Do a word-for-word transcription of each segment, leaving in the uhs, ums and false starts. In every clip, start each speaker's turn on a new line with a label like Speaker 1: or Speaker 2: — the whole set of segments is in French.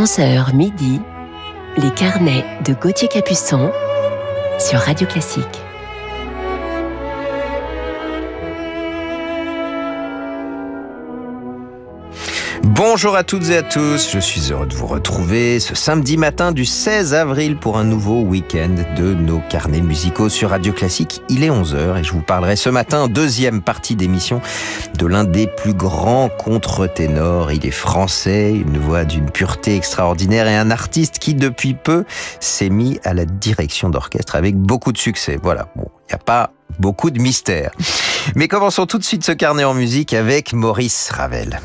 Speaker 1: onze heures midi, les carnets de Gauthier Capuçon sur Radio Classique.
Speaker 2: Bonjour à toutes et à tous, je suis heureux de vous retrouver ce samedi matin du seize avril pour un nouveau week-end de nos carnets musicaux sur Radio Classique. Il est onze heures et je vous parlerai ce matin, deuxième partie d'émission, de l'un des plus grands contre-ténors. Il est français, une voix d'une pureté extraordinaire et un artiste qui depuis peu s'est mis à la direction d'orchestre avec beaucoup de succès. Voilà, bon, il n'y a pas beaucoup de mystère. Mais commençons tout de suite ce carnet en musique avec Maurice Ravel.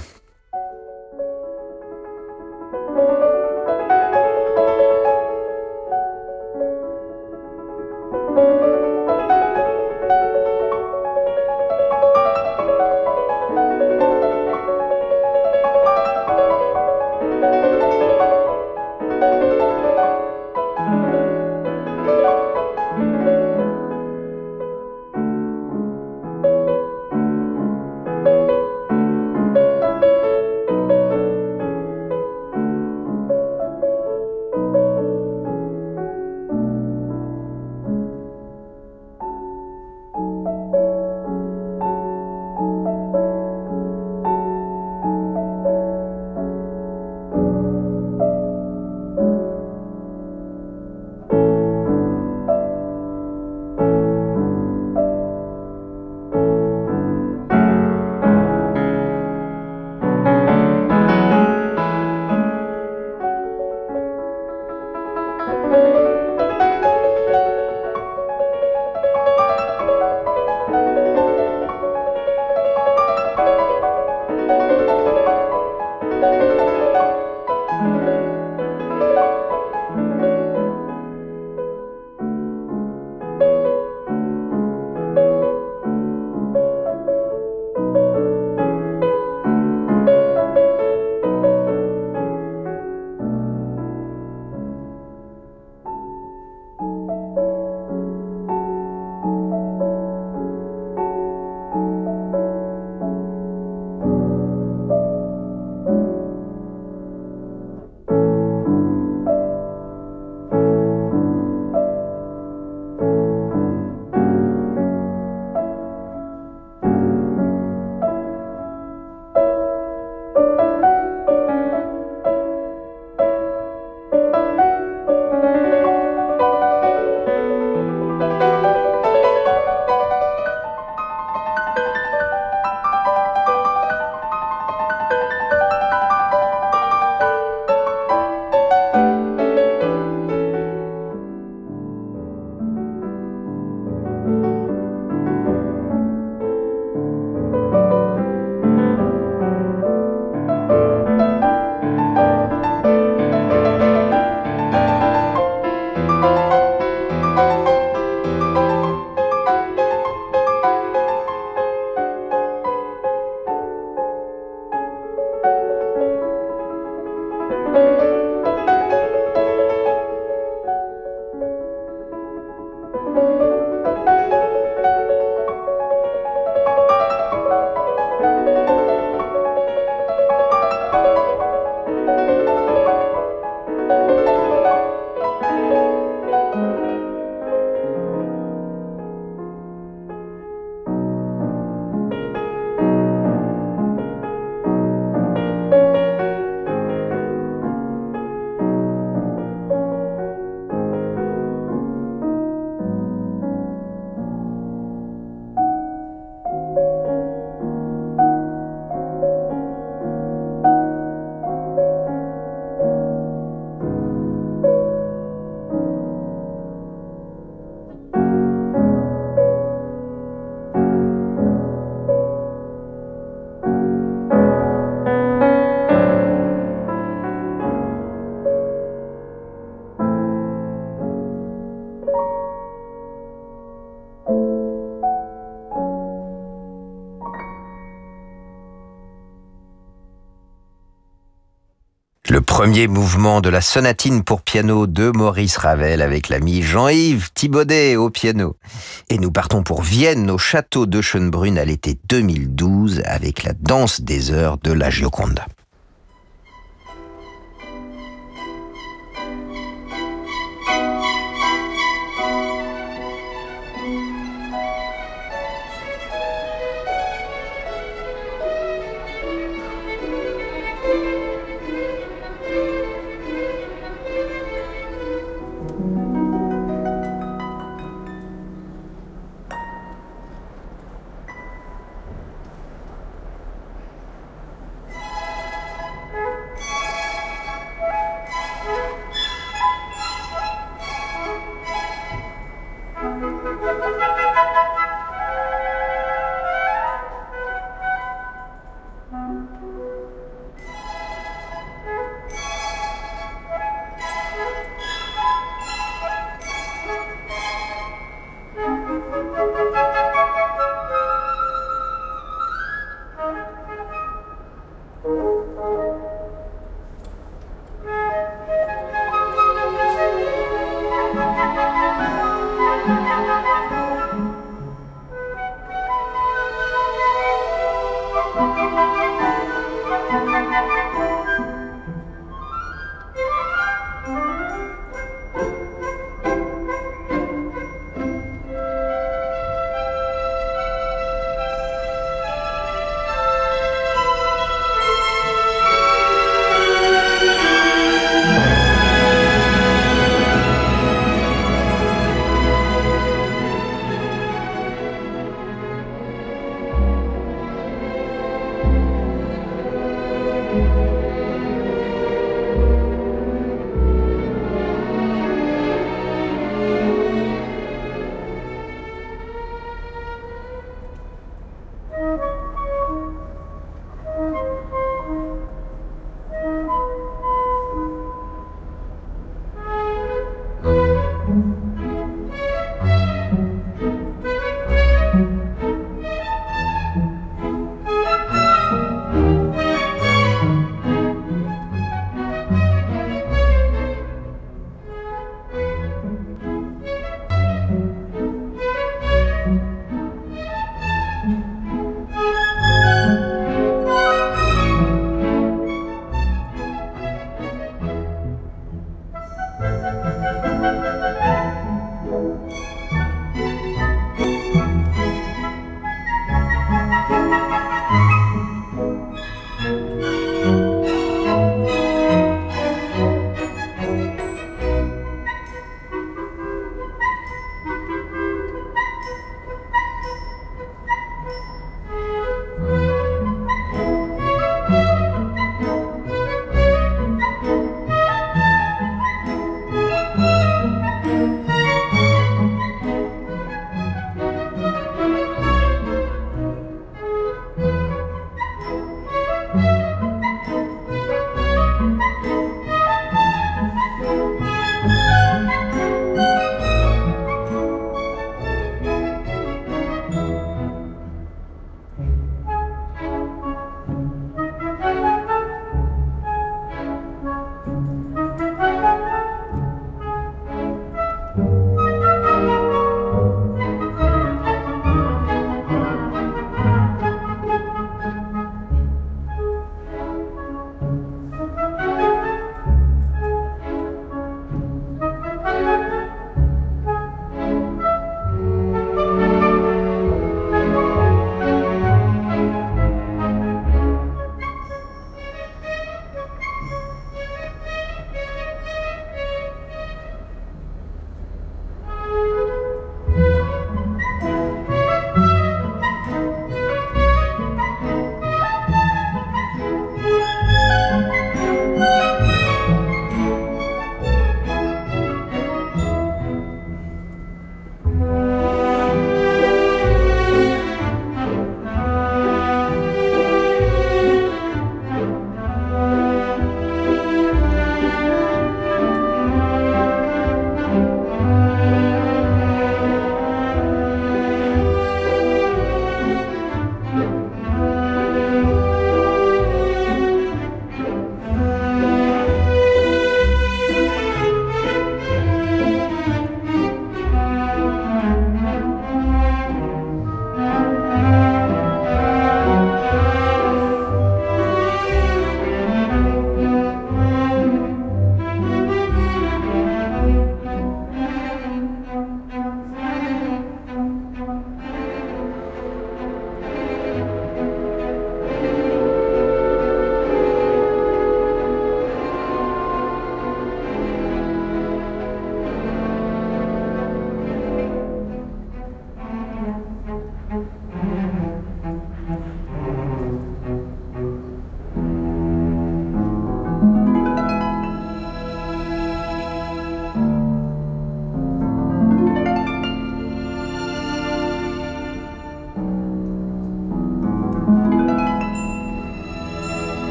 Speaker 2: Le premier mouvement de la sonatine pour piano de Maurice Ravel avec l'ami Jean-Yves Thibaudet au piano. Et nous partons pour Vienne au château de Schönbrunn à l'été deux mille douze avec la danse des heures de la Gioconda.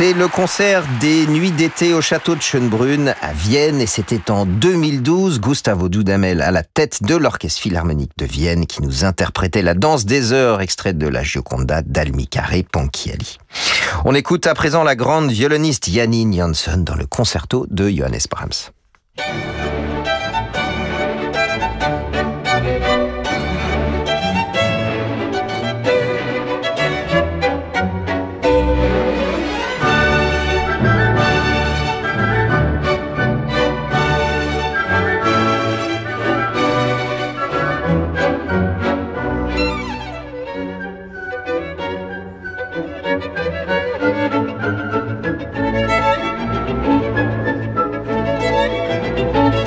Speaker 2: C'est le concert des Nuits d'été au château de Schönbrunn à Vienne et c'était en deux mille douze Gustavo Dudamel à la tête de l'Orchestre Philharmonique de Vienne qui nous interprétait la danse des heures extraite de la Gioconda d'Almicare Ponchielli. On écoute à présent la grande violoniste Janine Janson dans le concerto de Johannes Brahms.
Speaker 3: Thank you.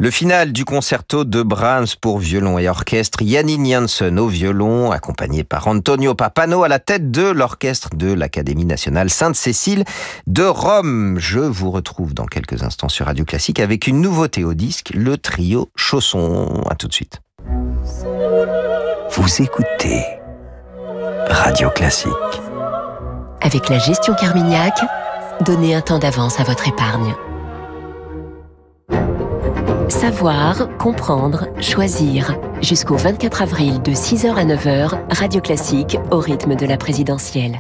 Speaker 2: Le final du concerto de Brahms pour violon et orchestre, Janine Janssen au violon, accompagné par Antonio Pappano à la tête de l'orchestre de l'Académie nationale Sainte-Cécile de Rome. Je vous retrouve dans quelques instants sur Radio Classique avec une nouveauté au disque, le trio Chausson. À tout de suite.
Speaker 3: Vous écoutez Radio Classique.
Speaker 1: Avec la gestion Carmignac, donnez un temps d'avance à votre épargne. Savoir, comprendre, choisir. Jusqu'au vingt-quatre avril de six heures à neuf heures, Radio Classique au rythme de la présidentielle.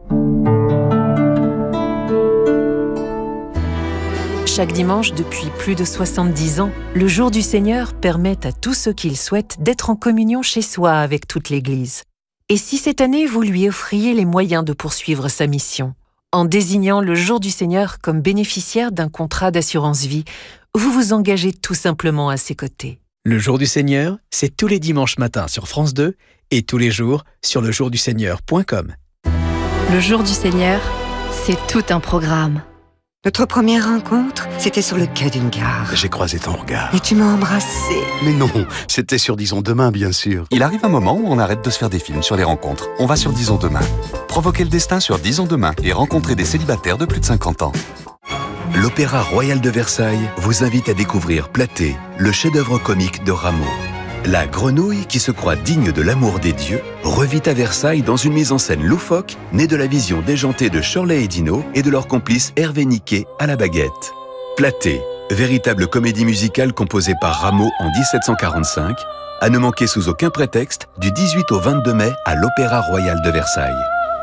Speaker 4: Chaque dimanche depuis plus de soixante-dix ans, le Jour du Seigneur permet à tous ceux qui le souhaitent d'être en communion chez soi avec toute l'Église. Et si cette année vous lui offriez les moyens de poursuivre sa mission, en désignant le Jour du Seigneur comme bénéficiaire d'un contrat d'assurance vie, vous vous engagez tout simplement à ses côtés.
Speaker 5: Le Jour du Seigneur, c'est tous les dimanches matins sur France deux et tous les jours sur le jour du seigneur point com.
Speaker 6: Le Jour du Seigneur, c'est tout un programme.
Speaker 7: Notre première rencontre, c'était sur le quai d'une gare.
Speaker 8: J'ai croisé ton regard.
Speaker 7: Et tu m'as embrassé.
Speaker 8: Mais non, c'était sur Disons Demain, bien sûr.
Speaker 9: Il arrive un moment où on arrête de se faire des films sur les rencontres. On va sur Disons Demain. Provoquer le destin sur Disons Demain et rencontrer des célibataires de plus de cinquante ans.
Speaker 3: L'Opéra Royal de Versailles vous invite à découvrir Platée, le chef-d'œuvre comique de Rameau. La grenouille qui se croit digne de l'amour des dieux revit à Versailles dans une mise en scène loufoque née de la vision déjantée de Shirley et Dino et de leur complice Hervé Niquet à la baguette. Platée, véritable comédie musicale composée par Rameau en dix-sept cent quarante-cinq, à ne manquer sous aucun prétexte du dix-huit au vingt-deux mai à l'Opéra Royal de Versailles.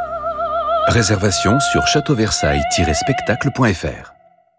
Speaker 3: Réservation sur châteauversailles tiret spectacle point f r.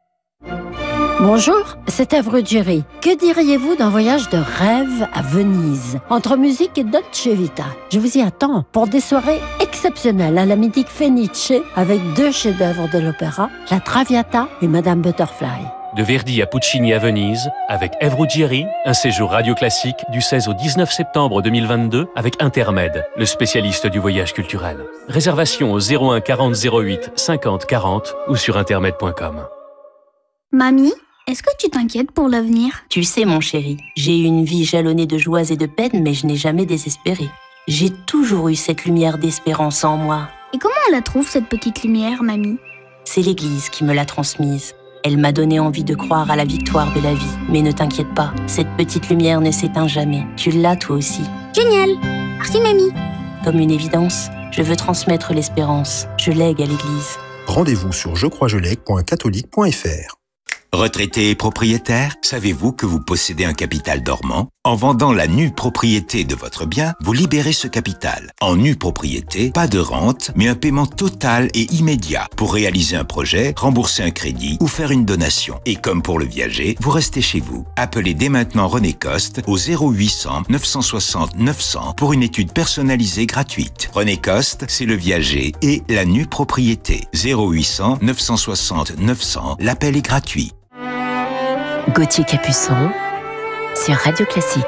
Speaker 10: Bonjour, c'est Ève Ruggieri. Que diriez-vous d'un voyage de rêve à Venise, entre musique et Dolce Vita? Je vous y attends pour des soirées exceptionnelles à la mythique Fenice avec deux chefs-d'œuvre de l'opéra, La Traviata et Madame Butterfly.
Speaker 11: De Verdi à Puccini à Venise, avec Ève Ruggieri, un séjour radio classique du seize au dix-neuf septembre deux mille vingt-deux avec Intermed, le spécialiste du voyage culturel. Réservation au zéro un quarante zéro huit cinquante quarante ou sur intermed point com.
Speaker 12: Mamie, est-ce que tu t'inquiètes pour l'avenir?
Speaker 13: Tu sais, mon chéri, j'ai eu une vie jalonnée de joies et de peines, mais je n'ai jamais désespéré. J'ai toujours eu cette lumière d'espérance en moi.
Speaker 12: Et comment on la trouve, cette petite lumière, mamie?
Speaker 13: C'est l'Église qui me l'a transmise. Elle m'a donné envie de croire à la victoire de la vie. Mais ne t'inquiète pas, cette petite lumière ne s'éteint jamais. Tu l'as toi aussi.
Speaker 12: Génial! Merci, mamie.
Speaker 13: Comme une évidence, je veux transmettre l'espérance. Je lègue à l'Église.
Speaker 14: Rendez-vous sur je crois je lègue point catholique point f r.
Speaker 3: Retraité et propriétaire, savez-vous que vous possédez un capital dormant? En vendant la nue propriété de votre bien, vous libérez ce capital. En nue propriété, pas de rente, mais un paiement total et immédiat pour réaliser un projet, rembourser un crédit ou faire une donation. Et comme pour le viager, vous restez chez vous. Appelez dès maintenant René Coste au zéro huit cents neuf cent soixante neuf cents pour une étude personnalisée gratuite. René Coste, c'est le viager et la nue propriété. zéro huit cents neuf cent soixante neuf cents, l'appel est gratuit.
Speaker 1: Gauthier Capuçon sur Radio Classique.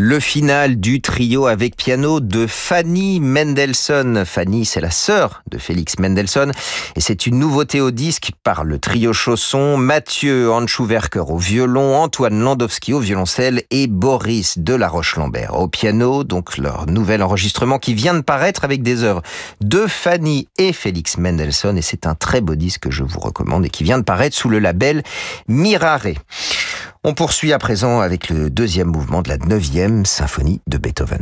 Speaker 2: Le final du trio avec piano de Fanny Mendelssohn. Fanny, c'est la sœur de Félix Mendelssohn et c'est une nouveauté au disque par le trio Chausson, Mathieu Handschuhwerker au violon, Antoine Landowski au violoncelle et Boris Delaroche-Lambert au piano. Donc leur nouvel enregistrement qui vient de paraître avec des œuvres de Fanny et Félix Mendelssohn et c'est un très beau disque que je vous recommande et qui vient de paraître sous le label Mirare. On poursuit à présent avec le deuxième mouvement de la neuvième symphonie de Beethoven.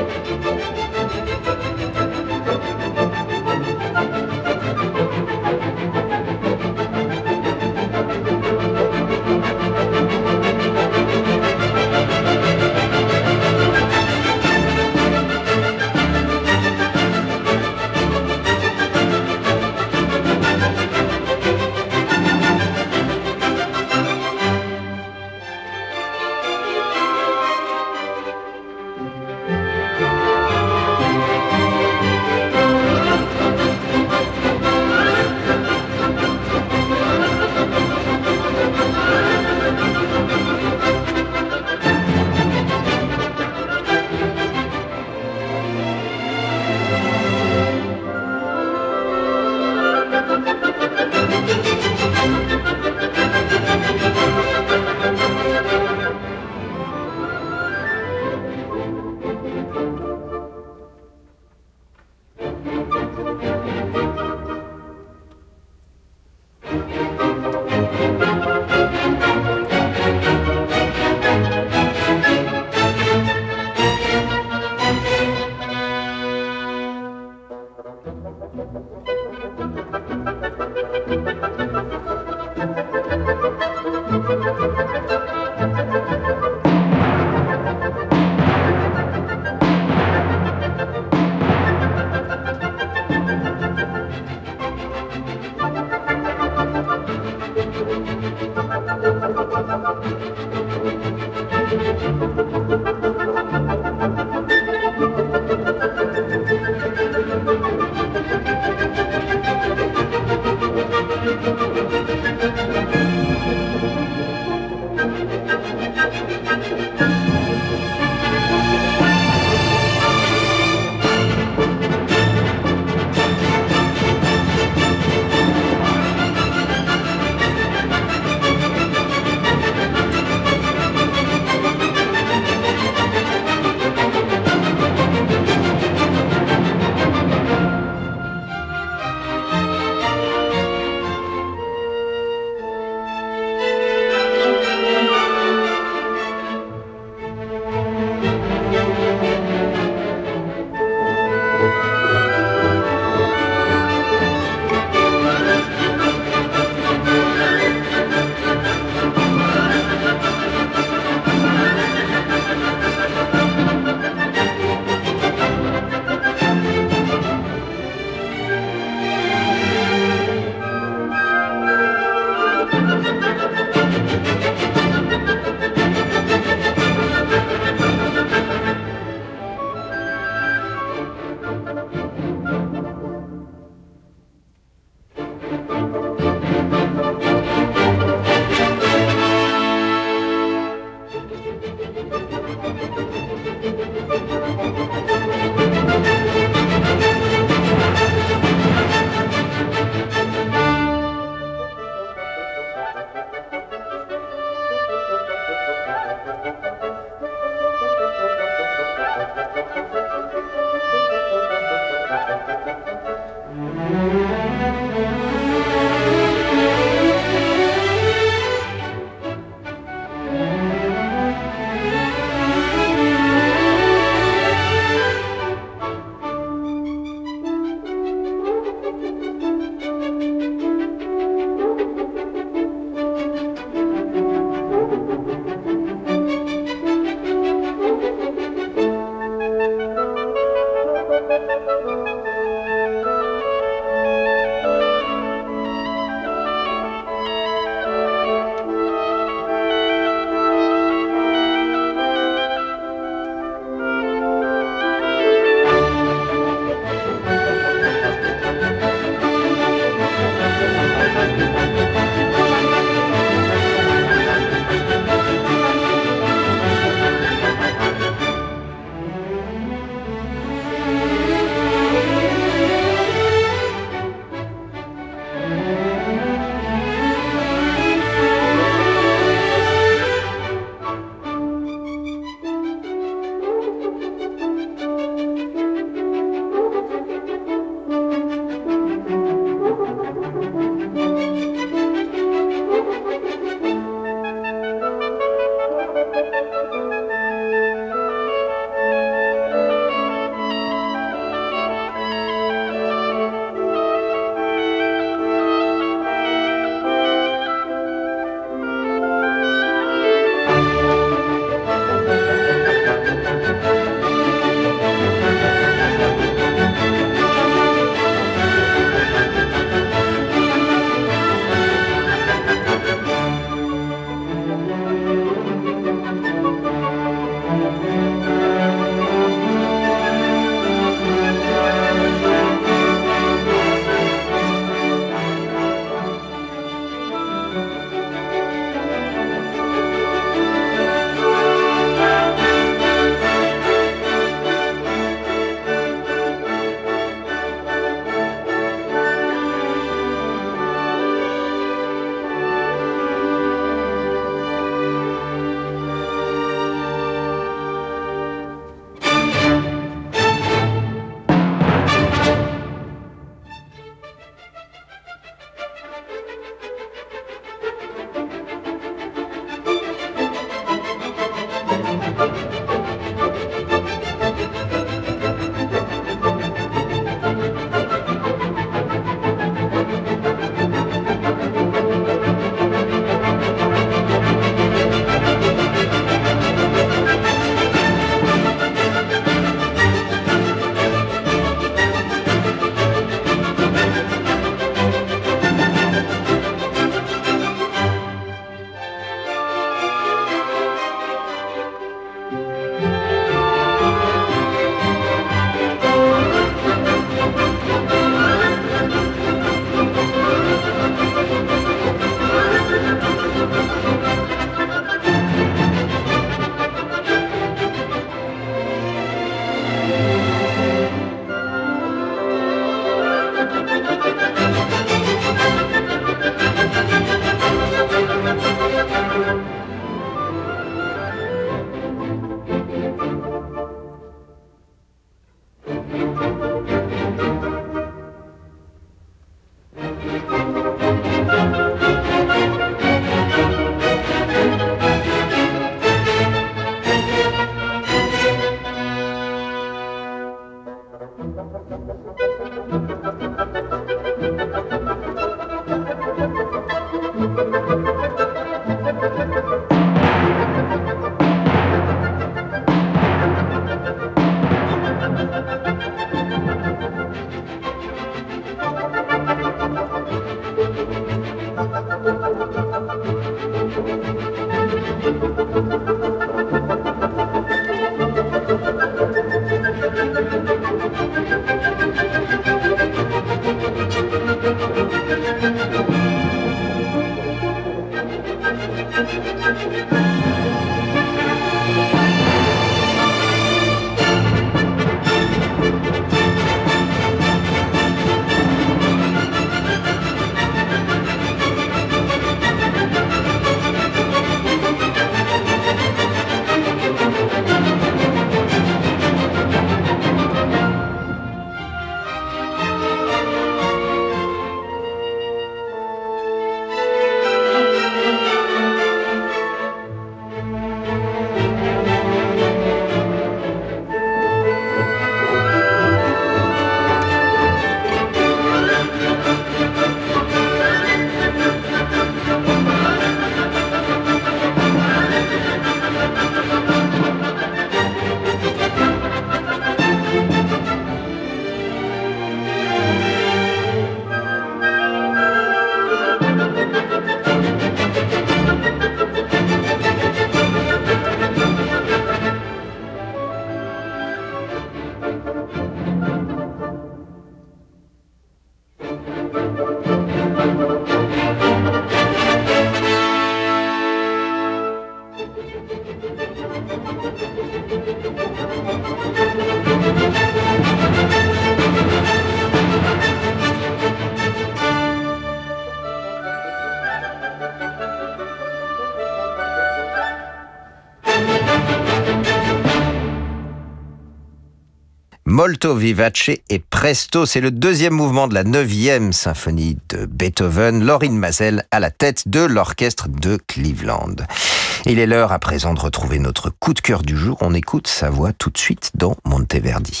Speaker 2: Molto vivace et presto, c'est le deuxième mouvement de la neuvième symphonie de Beethoven, Lorin Maazel à la tête de l'orchestre de Cleveland. Il est l'heure à présent de retrouver notre coup de cœur du jour. On écoute sa voix tout de suite dans Monteverdi.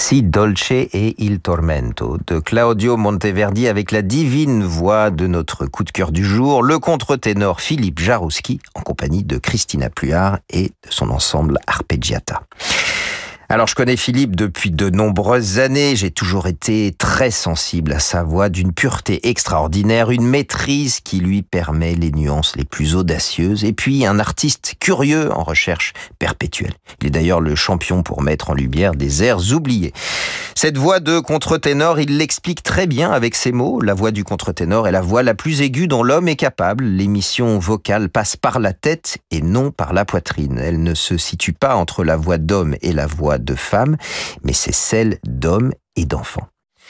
Speaker 2: Si dolce e il tormento de Claudio Monteverdi avec la divine voix de notre coup de cœur du jour, le contre-ténor Philippe Jarouski en compagnie de Christina Pluart et de son ensemble Arpeggiata. Alors, je connais Philippe depuis de nombreuses années. J'ai toujours été très sensible à sa voix, d'une pureté extraordinaire, une maîtrise qui lui permet les nuances les plus audacieuses, et puis un artiste curieux en recherche perpétuelle. Il est d'ailleurs le champion pour mettre en lumière des airs oubliés. Cette voix de contre-ténor, il l'explique très bien avec ces mots. La voix du contre-ténor est la voix la plus aiguë dont l'homme est capable. L'émission vocale passe par la tête et non par la poitrine. Elle ne se situe pas entre la voix d'homme et la voix de femme, mais c'est celle d'homme et d'enfant.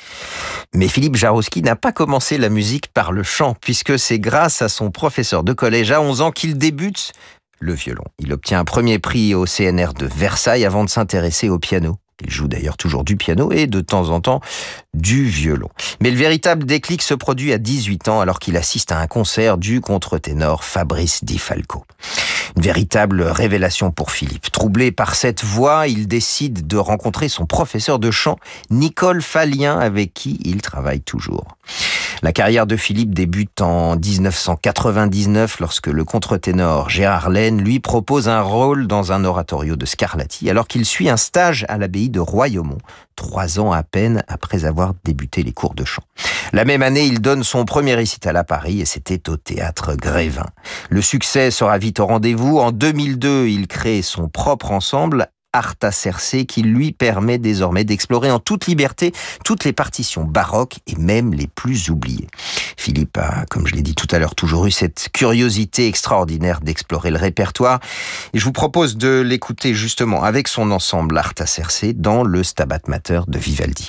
Speaker 2: Mais Philippe Jarouski n'a pas commencé la musique par le chant, puisque c'est grâce à son professeur de collège à onze ans qu'il débute le violon. Il obtient un premier prix au C N R de Versailles avant de s'intéresser au piano. Il joue d'ailleurs toujours du piano et de temps en temps du violon. Mais le véritable déclic se produit à dix-huit ans alors qu'il assiste à un concert du contre-ténor Fabrice Di Falco. Une véritable révélation pour Philippe. Troublé par cette voix, il décide de rencontrer son professeur de chant, Nicole Fallien, avec qui il travaille toujours. La carrière de Philippe débute en dix-neuf cent quatre-vingt-dix-neuf lorsque le contre-ténor Gérard Laine lui propose un rôle dans un oratorio de Scarlatti alors qu'il suit un stage à l'abbaye de Royaumont, trois ans à peine après avoir débuté les cours de chant. La même année, il donne son premier récital à Paris et c'était au théâtre Grévin. Le succès sera vite au rendez-vous. En deux mille deux, il crée son propre ensemble, Arta Circe, qui lui permet désormais d'explorer en toute liberté toutes les partitions baroques et même les plus oubliées. Philippe a, comme je l'ai dit tout à l'heure, toujours eu cette curiosité extraordinaire d'explorer le répertoire. Et je vous propose de l'écouter justement avec son ensemble Arta Circe dans le Stabat Mater de Vivaldi.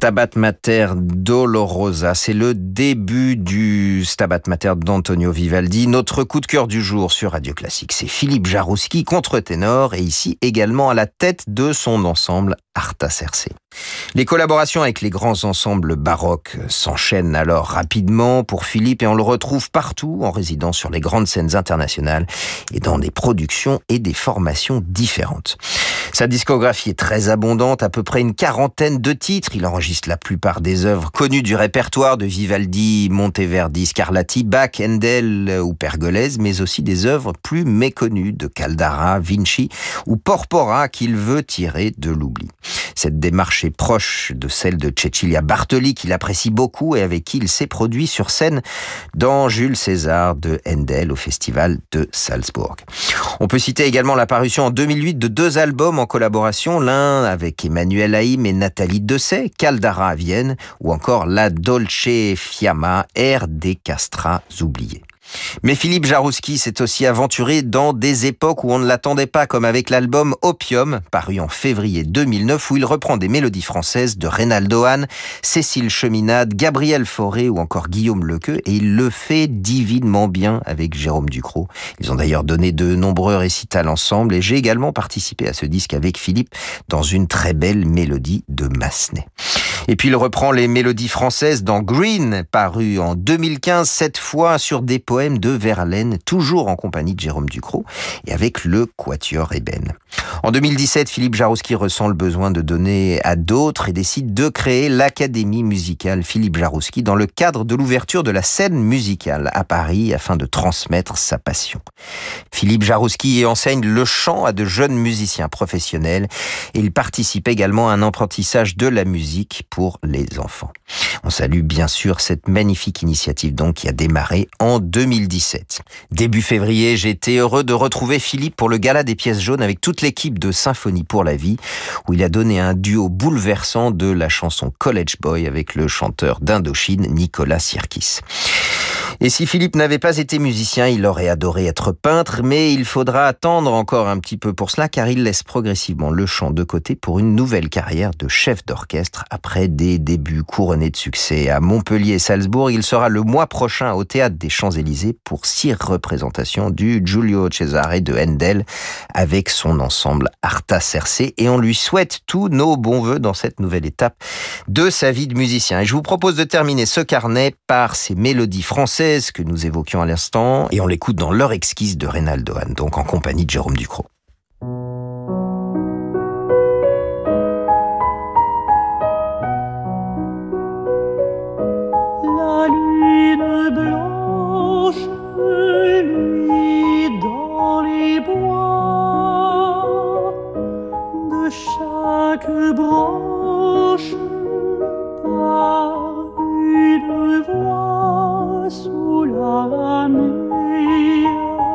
Speaker 2: Stabat Mater Dolorosa, c'est le début du Stabat Mater d'Antonio Vivaldi. Notre coup de cœur du jour sur Radio Classique, c'est Philippe Jaroussky, contre-ténor, et ici également à la tête de son ensemble Artaserse. Les collaborations avec les grands ensembles baroques s'enchaînent alors rapidement pour Philippe et on le retrouve partout en résidant sur les grandes scènes internationales et dans des productions et des formations différentes. Sa discographie est très abondante, à peu près une quarantaine de titres. Il enregistre la plupart des œuvres connues du répertoire de Vivaldi, Monteverdi, Scarlatti, Bach, Handel ou Pergolèse, mais aussi des œuvres plus méconnues de Caldara, Vinci ou Porpora qu'il veut tirer de l'oubli. Cette démarche est proche de celle de Cecilia Bartoli, qu'il apprécie beaucoup et avec qui il s'est produit sur scène dans Jules César de Handel au Festival de Salzbourg. On peut citer également la parution en deux mille huit de deux albums en collaboration, l'un avec Emmanuel Haïm et Nathalie Dessay, Caldara à Vienne, ou encore La Dolce Fiamma, air des castrats oubliés. Mais Philippe Jaroussky s'est aussi aventuré dans des époques où on ne l'attendait pas, comme avec l'album Opium, paru en février deux mille neuf, où il reprend des mélodies françaises de Reynaldo Hahn, Cécile Cheminade, Gabriel Fauré ou encore Guillaume Lequeux, et il le fait divinement bien avec Jérôme Ducrot. Ils ont d'ailleurs donné de nombreux récitals ensemble, et j'ai également participé à ce disque avec Philippe dans une très belle mélodie de Massenet. Et puis il reprend les mélodies françaises dans Green, paru en deux mille quinze, cette fois sur des poèmes de Verlaine, toujours en compagnie de Jérôme Ducrot et avec le Quatuor Ébène. En deux mille dix-sept, Philippe Jaroussky ressent le besoin de donner à d'autres et décide de créer l'Académie musicale Philippe Jaroussky dans le cadre de l'ouverture de la scène musicale à Paris afin de transmettre sa passion. Philippe Jaroussky enseigne le chant à de jeunes musiciens professionnels et il participe également à un apprentissage de la musique pour les enfants. On salue bien sûr cette magnifique initiative donc qui a démarré en deux mille dix-sept. Début février, j'ai été heureux de retrouver Philippe pour le Gala des Pièces jaunes avec toute l'équipe de Symphonie pour la vie, où il a donné un duo bouleversant de la chanson College Boy avec le chanteur d'Indochine Nicolas Sirkis. Et si Philippe n'avait pas été musicien, il aurait adoré être peintre, mais il faudra attendre encore un petit peu pour cela, car il laisse progressivement le chant de côté pour une nouvelle carrière de chef d'orchestre. Après des débuts couronnés de succès à Montpellier et Salzbourg, il sera le mois prochain au Théâtre des Champs-Élysées pour six représentations du Giulio Cesare de Handel avec son ensemble Artaserse, et on lui souhaite tous nos bons voeux dans cette nouvelle étape de sa vie de musicien. Et je vous propose de terminer ce carnet par ces mélodies françaises que nous évoquions à l'instant, et on l'écoute dans L'heure exquise de Reynaldo Hahn, donc en compagnie de Jérôme Ducrot.
Speaker 15: La lune blanche luit dans les bois, de chaque branche par une voix sous la nuit.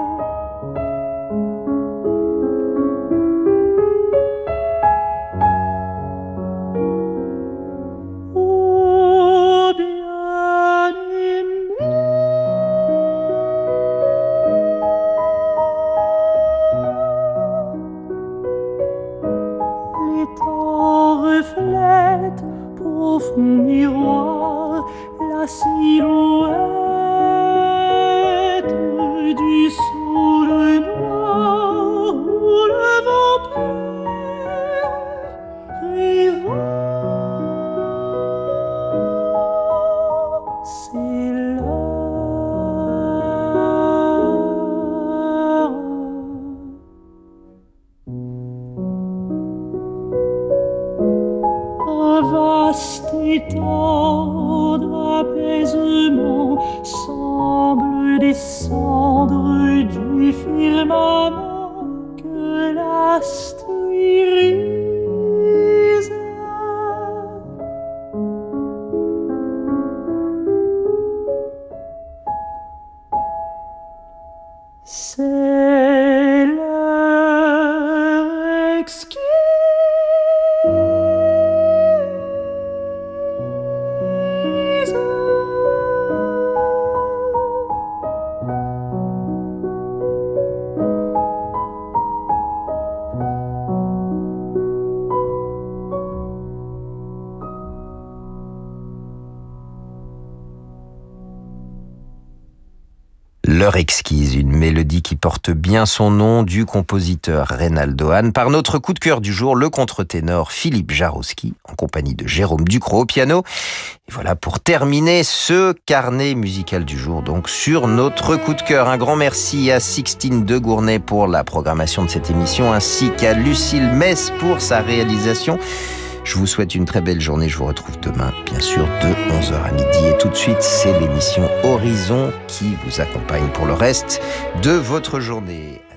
Speaker 15: Oh bien-aimé, les temps reflètent profond miroir la silhouette du saule noir où le vampire rêvant s'élève. Un vaste étang d'apaisement semble descendre du firmament que l'astre irise. C'est l'heure exquise
Speaker 2: L'heure exquise, une mélodie qui porte bien son nom, du compositeur Reynaldo Hahn. Par notre coup de cœur du jour, le contre-ténor Philippe Jarouski, en compagnie de Jérôme Ducrot au piano. Et voilà pour terminer ce carnet musical du jour, donc sur notre coup de cœur. Un grand merci à Sixtine de Gournay pour la programmation de cette émission, ainsi qu'à Lucille Mess pour sa réalisation. Je vous souhaite une très belle journée. Je vous retrouve demain, bien sûr, de onze heures à midi. Et tout de suite, c'est l'émission Horizon qui vous accompagne pour le reste de votre journée.